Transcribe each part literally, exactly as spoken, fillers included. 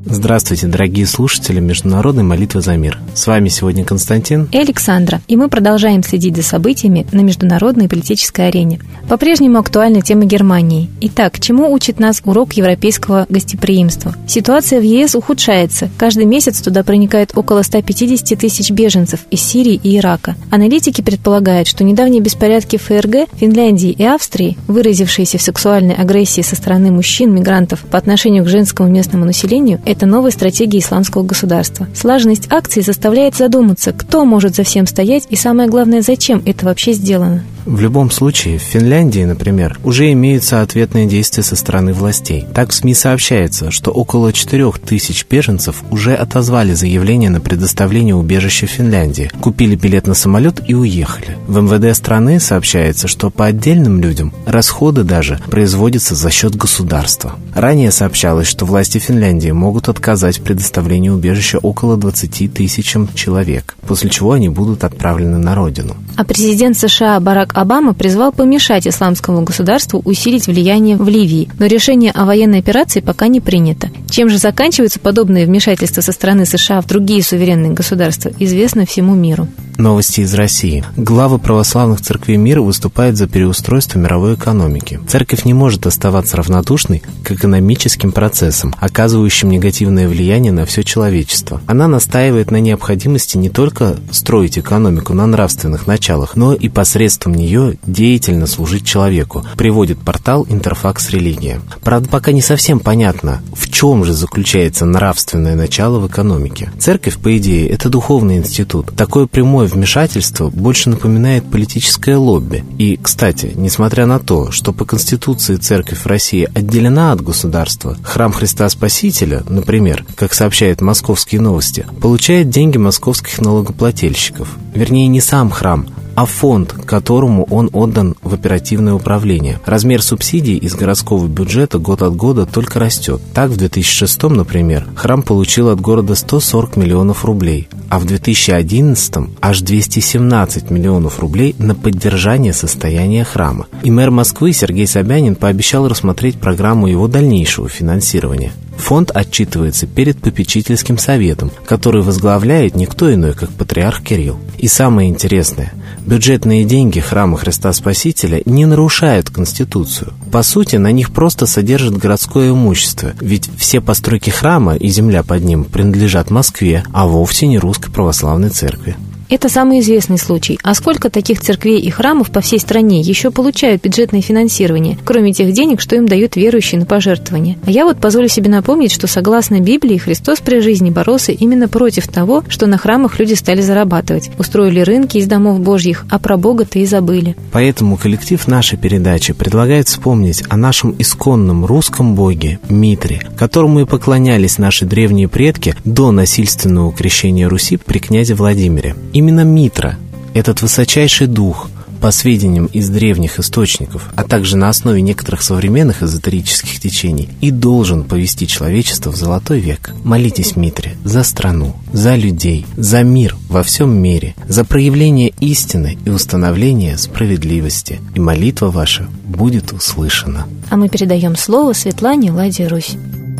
Здравствуйте, дорогие слушатели Международной молитвы за мир. С вами сегодня Константин и Александра, и мы продолжаем следить за событиями на международной политической арене. По-прежнему актуальна тема Германии. Итак, чему учит нас урок европейского гостеприимства? Ситуация в ЕС ухудшается. Каждый месяц туда проникает около ста пятидесяти тысяч беженцев из Сирии и Ирака. Аналитики предполагают, что недавние беспорядки в ФРГ, Финляндии и Австрии, выразившиеся в сексуальной агрессии со стороны мужчин-мигрантов по отношению к женскому местному населению, это новая стратегия исламского государства. Слаженность акций заставляет задуматься, кто может за всем стоять и, самое главное, зачем это вообще сделано. В любом случае, в Финляндии, например, уже имеются ответные действия со стороны властей. Так в СМИ сообщается, что около четырех тысяч беженцев уже отозвали заявление на предоставление убежища в Финляндии, купили билет на самолет и уехали. В эм вэ дэ страны сообщается, что по отдельным людям расходы даже производятся за счет государства. Ранее сообщалось, что власти Финляндии могут отказать в предоставлении убежища около двадцати тысячам человек, после чего они будут отправлены на родину. А президент США Барак Обама призвал помешать исламскому государству усилить влияние в Ливии, но решение о военной операции пока не принято. Чем же заканчиваются подобные вмешательства со стороны США в другие суверенные государства, известно всему миру. Новости из России. Главы православных церквей мира выступают за переустройство мировой экономики. Церковь не может оставаться равнодушной к экономическим процессам, оказывающим негативное влияние на все человечество. Она настаивает на необходимости не только строить экономику на нравственных началах, но и посредством нее деятельно служить человеку, приводит портал Интерфакс Религия. Правда, пока не совсем понятно, в чем же заключается нравственное начало в экономике. Церковь, по идее, это духовный институт. Такое прямое вмешательство больше напоминает политическое лобби. И, кстати, несмотря на то, что по Конституции церковь в России отделена от государства, храм Христа Спасителя, например, как сообщают Московские новости, получает деньги московских налогоплательщиков. Вернее, не сам храм, а фонд, которому он отдан в оперативное управление. Размер субсидий из городского бюджета год от года только растет. Так, в две тысячи шестом, например, храм получил от города сто сорок миллионов рублей, а в две тысячи одиннадцатом аж двести семнадцать миллионов рублей на поддержание состояния храма. И мэр Москвы Сергей Собянин пообещал рассмотреть программу его дальнейшего финансирования. Фонд отчитывается перед попечительским советом, который возглавляет никто иной, как патриарх Кирилл. И самое интересное, бюджетные деньги храма Христа Спасителя не нарушают Конституцию. По сути, на них просто содержат городское имущество, ведь все постройки храма и земля под ним принадлежат Москве, а вовсе не Русской Православной Церкви. Это самый известный случай. А сколько таких церквей и храмов по всей стране еще получают бюджетное финансирование, кроме тех денег, что им дают верующие на пожертвования? А я вот позволю себе напомнить, что согласно Библии Христос при жизни боролся именно против того, что на храмах люди стали зарабатывать. Устроили рынки из домов Божьих, а про Бога-то и забыли. Поэтому коллектив нашей передачи предлагает вспомнить о нашем исконном русском боге Митре, которому и поклонялись наши древние предки до насильственного крещения Руси при князе Владимире. Именно Митра, этот высочайший дух, по сведениям из древних источников, а также на основе некоторых современных эзотерических течений, и должен повести человечество в золотой век. Молитесь Митре за страну, за людей, за мир во всем мире, за проявление истины и установление справедливости, и молитва ваша будет услышана. А мы передаем слово Светлане Ладе Русь.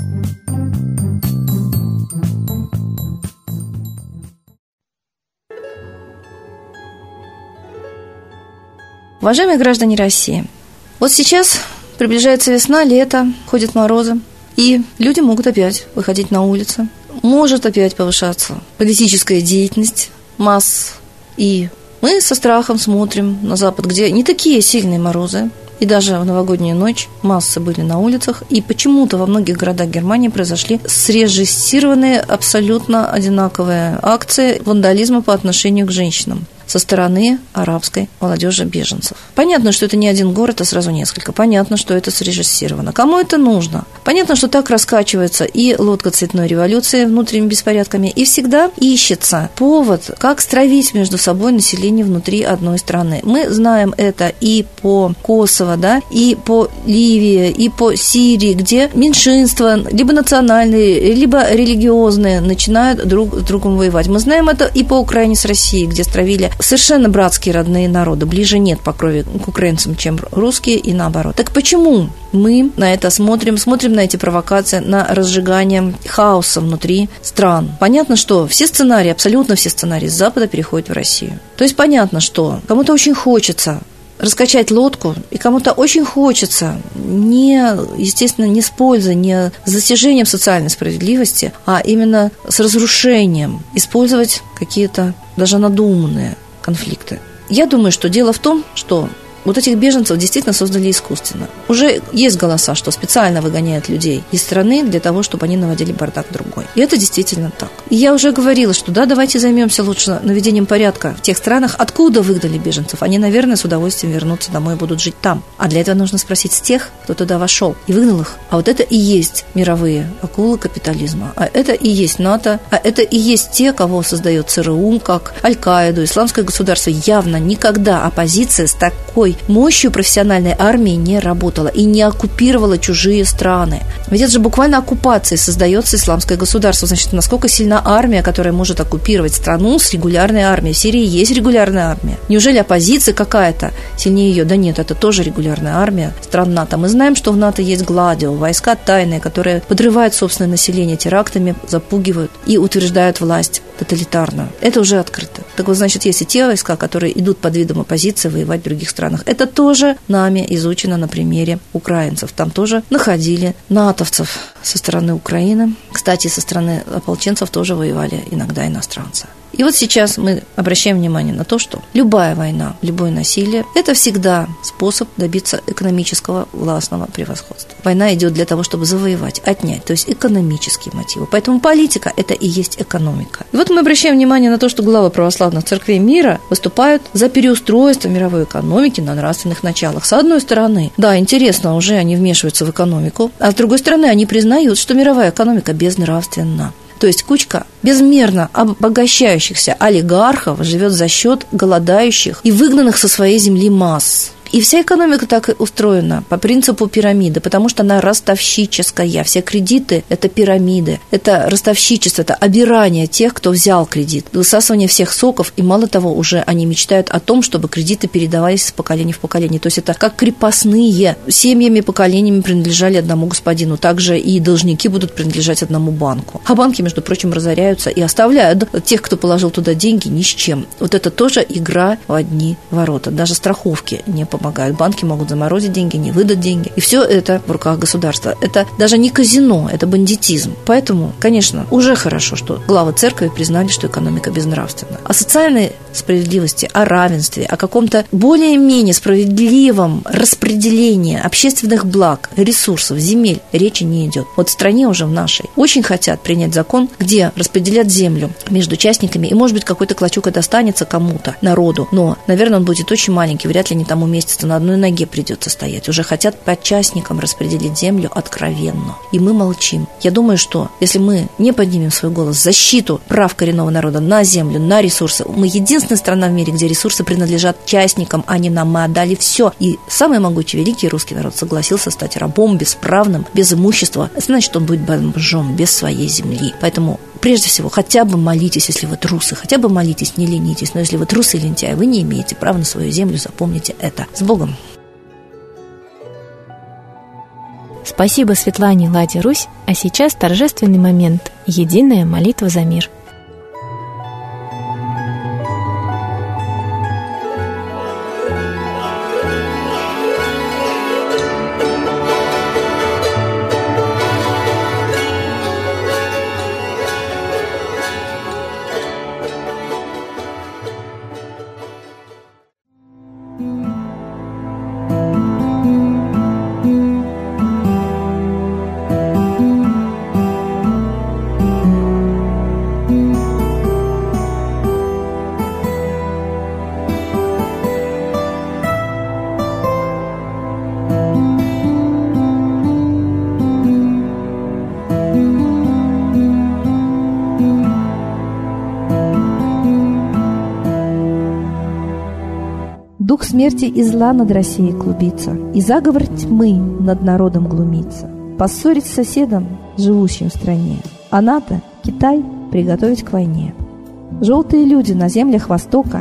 Уважаемые граждане России, вот сейчас приближается весна, лето, ходят морозы, и люди могут опять выходить на улицу. Может опять повышаться политическая деятельность масс. И мы со страхом смотрим на Запад, где не такие сильные морозы, и даже в новогоднюю ночь массы были на улицах, и почему-то во многих городах Германии произошли срежиссированные абсолютно одинаковые акции вандализма по отношению к женщинам со стороны арабской молодежи беженцев. Понятно, что это не один город, а сразу несколько. Понятно, что это срежиссировано. Кому это нужно? Понятно, что так раскачивается и лодка цветной революции внутренними беспорядками, и всегда ищется повод, как стравить между собой население внутри одной страны. Мы знаем это и по Косово, да, и по Ливии, и по Сирии, где меньшинства, либо национальные, либо религиозные, начинают друг с другом воевать. Мы знаем это и по Украине с Россией, где стравили совершенно братские родные народы, ближе нет по крови к украинцам, чем русские, и наоборот. Так почему мы на это смотрим, смотрим на эти провокации, на разжигание хаоса внутри стран? Понятно, что все сценарии, абсолютно все сценарии с Запада переходят в Россию. То есть понятно, что кому-то очень хочется раскачать лодку, и кому-то очень хочется не, естественно, не с пользой, не с достижением социальной справедливости, а именно с разрушением использовать какие-то даже надуманные конфликты. Я думаю, что дело в том, что вот этих беженцев действительно создали искусственно. Уже есть голоса, что специально выгоняют людей из страны для того, чтобы они наводили бардак другой. И это действительно так. И я уже говорила, что да, давайте займемся лучше наведением порядка в тех странах, откуда выгнали беженцев. Они, наверное, с удовольствием вернутся домой и будут жить там. А для этого нужно спросить с тех, кто туда вошел и выгнал их. А вот это и есть мировые акулы капитализма. А это и есть НАТО. А это и есть те, кого создает ЦРУ, как Аль-Каиду, Исламское государство. Явно никогда оппозиция с такой мощью профессиональной армии не работала и не оккупировала чужие страны. Ведь это же буквально оккупацией создается исламское государство. Значит, насколько сильна армия, которая может оккупировать страну с регулярной армией? В Сирии есть регулярная армия. Неужели оппозиция какая-то сильнее ее? Да нет, это тоже регулярная армия стран НАТО. Мы знаем, что в НАТО есть Гладио, войска тайные, которые подрывают собственное население терактами, запугивают и утверждают власть тоталитарно. Это уже открыто. Так вот, значит, есть и те войска, которые идут под видом оппозиции воевать в других странах. Это тоже нами изучено на примере украинцев. Там тоже находили натовцев со стороны Украины. Кстати, со стороны ополченцев тоже воевали иногда иностранцы. И вот сейчас мы обращаем внимание на то, что любая война, любое насилие – это всегда способ добиться экономического властного превосходства. Война идет для того, чтобы завоевать, отнять, то есть экономические мотивы. Поэтому политика – это и есть экономика. И вот мы обращаем внимание на то, что главы православных церквей мира выступают за переустройство мировой экономики на нравственных началах. С одной стороны, да, интересно, уже они вмешиваются в экономику, а с другой стороны, они признают, что мировая экономика безнравственна. То есть кучка безмерно обогащающихся олигархов живет за счет голодающих и выгнанных со своей земли масс. И вся экономика так и устроена по принципу пирамиды, потому что она ростовщическая. Все кредиты – это пирамиды, это ростовщичество, это обирание тех, кто взял кредит, высасывание всех соков, и мало того, уже они мечтают о том, чтобы кредиты передавались из поколения в поколение. То есть это как крепостные, семьями, поколениями принадлежали одному господину. Также и должники будут принадлежать одному банку. А банки, между прочим, разоряются и оставляют тех, кто положил туда деньги, ни с чем. Вот это тоже игра в одни ворота. Даже страховки не помогают. Помогают. Банки могут заморозить деньги, не выдать деньги. И все это в руках государства. Это даже не казино, это бандитизм. Поэтому, конечно, уже хорошо, что главы церкви признали, что экономика безнравственна. О социальной справедливости, о равенстве, о каком-то более-менее справедливом распределении общественных благ, ресурсов, земель речи не идет. Вот в стране уже в нашей очень хотят принять закон, где распределят землю между участниками, и, может быть, какой-то клочок и достанется кому-то, народу, но, наверное, он будет очень маленький, вряд ли не тому месяцу на одной ноге придется стоять. Уже хотят по частникам распределить землю откровенно. И мы молчим. Я думаю, что если мы не поднимем свой голос в защиту прав коренного народа на землю, на ресурсы, мы единственная страна в мире, где ресурсы принадлежат частникам, а не нам. Мы отдали все. И самый могучий, великий русский народ согласился стать рабом, бесправным, без имущества. Значит, он будет бомжом, без своей земли. Поэтому прежде всего, хотя бы молитесь, если вы трусы, хотя бы молитесь, не ленитесь. Но если вы трусы и лентяи, вы не имеете права на свою землю, запомните это. С Богом! Спасибо Светлане Ладе Русь, а сейчас торжественный момент – единая молитва за мир. Дух смерти и зла над Россией клубится, и заговор тьмы над народом глумится. Поссорить с соседом, живущим в стране, а НАТО, Китай, приготовить к войне. Желтые люди на землях Востока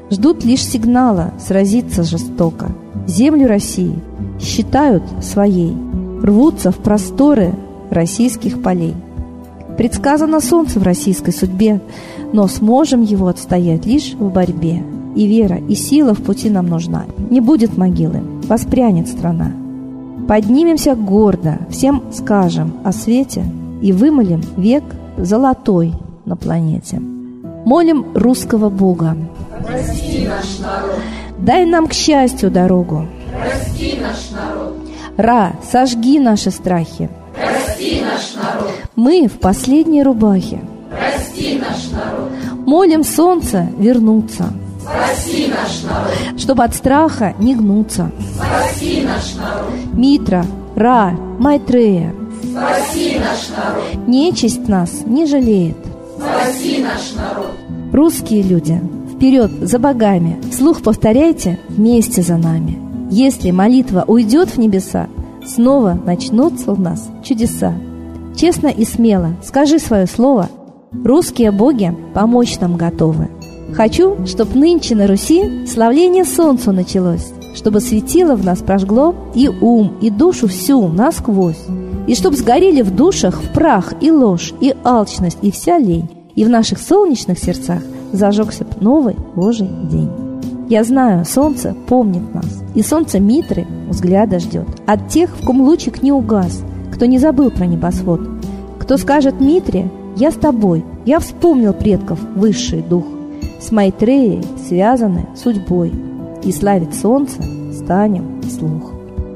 Ждут лишь сигнала сразиться жестоко. Землю России считают своей, рвутся в просторы российских полей. Предсказано солнце в российской судьбе, но сможем его отстоять лишь в борьбе. И вера, и сила в пути нам нужна. Не будет могилы, воспрянет страна. Поднимемся гордо, всем скажем о свете и вымолим век золотой на планете. Молим русского Бога. Прости наш народ. Дай нам к счастью дорогу. Прости наш народ. Ра, сожги наши страхи. Прости наш народ. Мы в последней рубахе. Прости наш народ. Молим солнце вернуться. Спаси наш народ. Чтобы от страха не гнуться. Спаси наш народ. Митра, Ра, Майтрея. Спаси наш народ. Нечисть нас не жалеет. Спаси наш народ. Русские люди, вперед за богами. Вслух повторяйте вместе за нами. Если молитва уйдет в небеса, снова начнутся у нас чудеса. Честно и смело скажи свое слово. Русские боги помочь нам готовы. Хочу, чтоб нынче на Руси славление солнцу началось, чтобы светило в нас прожгло и ум, и душу всю насквозь, и чтоб сгорели в душах в прах и ложь, и алчность, и вся лень, и в наших солнечных сердцах зажегся б новый Божий день. Я знаю, солнце помнит нас, и солнце Митры взгляда ждет от тех, в ком лучик не угас, кто не забыл про небосвод, кто скажет Митре: «Я с тобой, я вспомнил предков высший дух». С Майтреей связаны судьбой, и славить солнце станем вслух.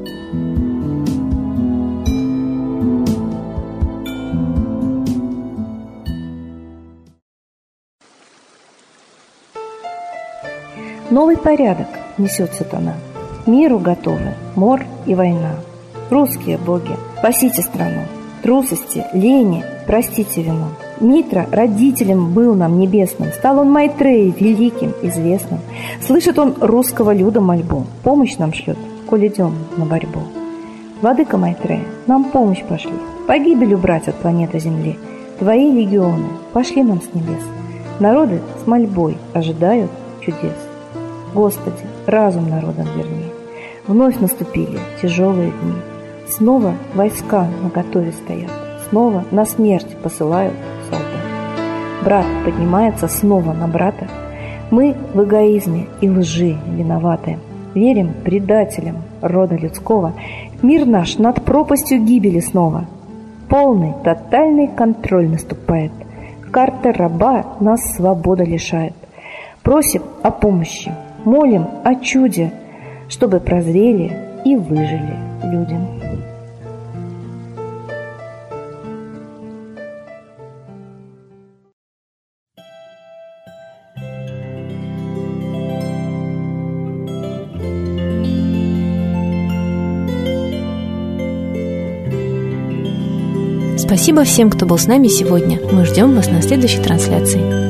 Новый порядок несет сатана. Миру готовы мор и война. Русские боги, спасите страну. Трусости, лени, простите вину. Митра родителем был нам небесным, стал он Майтреей великим, известным. Слышит он русского люда мольбу, помощь нам шлет, коль идем на борьбу. Владыка Майтрея, нам помощь пошли, погибель убрать от планеты Земли. Твои легионы пошли нам с небес, народы с мольбой ожидают чудес. Господи, разум народам верни, вновь наступили тяжелые дни. Снова войска наготове стоят, снова на смерть посылают солдат. Брат поднимается снова на брата. Мы в эгоизме и лжи виноваты. Верим предателям рода людского. Мир наш над пропастью гибели снова. Полный, тотальный контроль наступает. Карта раба нас свобода лишает. Просим о помощи, молим о чуде, чтобы прозрели и выжили людям. Спасибо всем, кто был с нами сегодня. Мы ждем вас на следующей трансляции.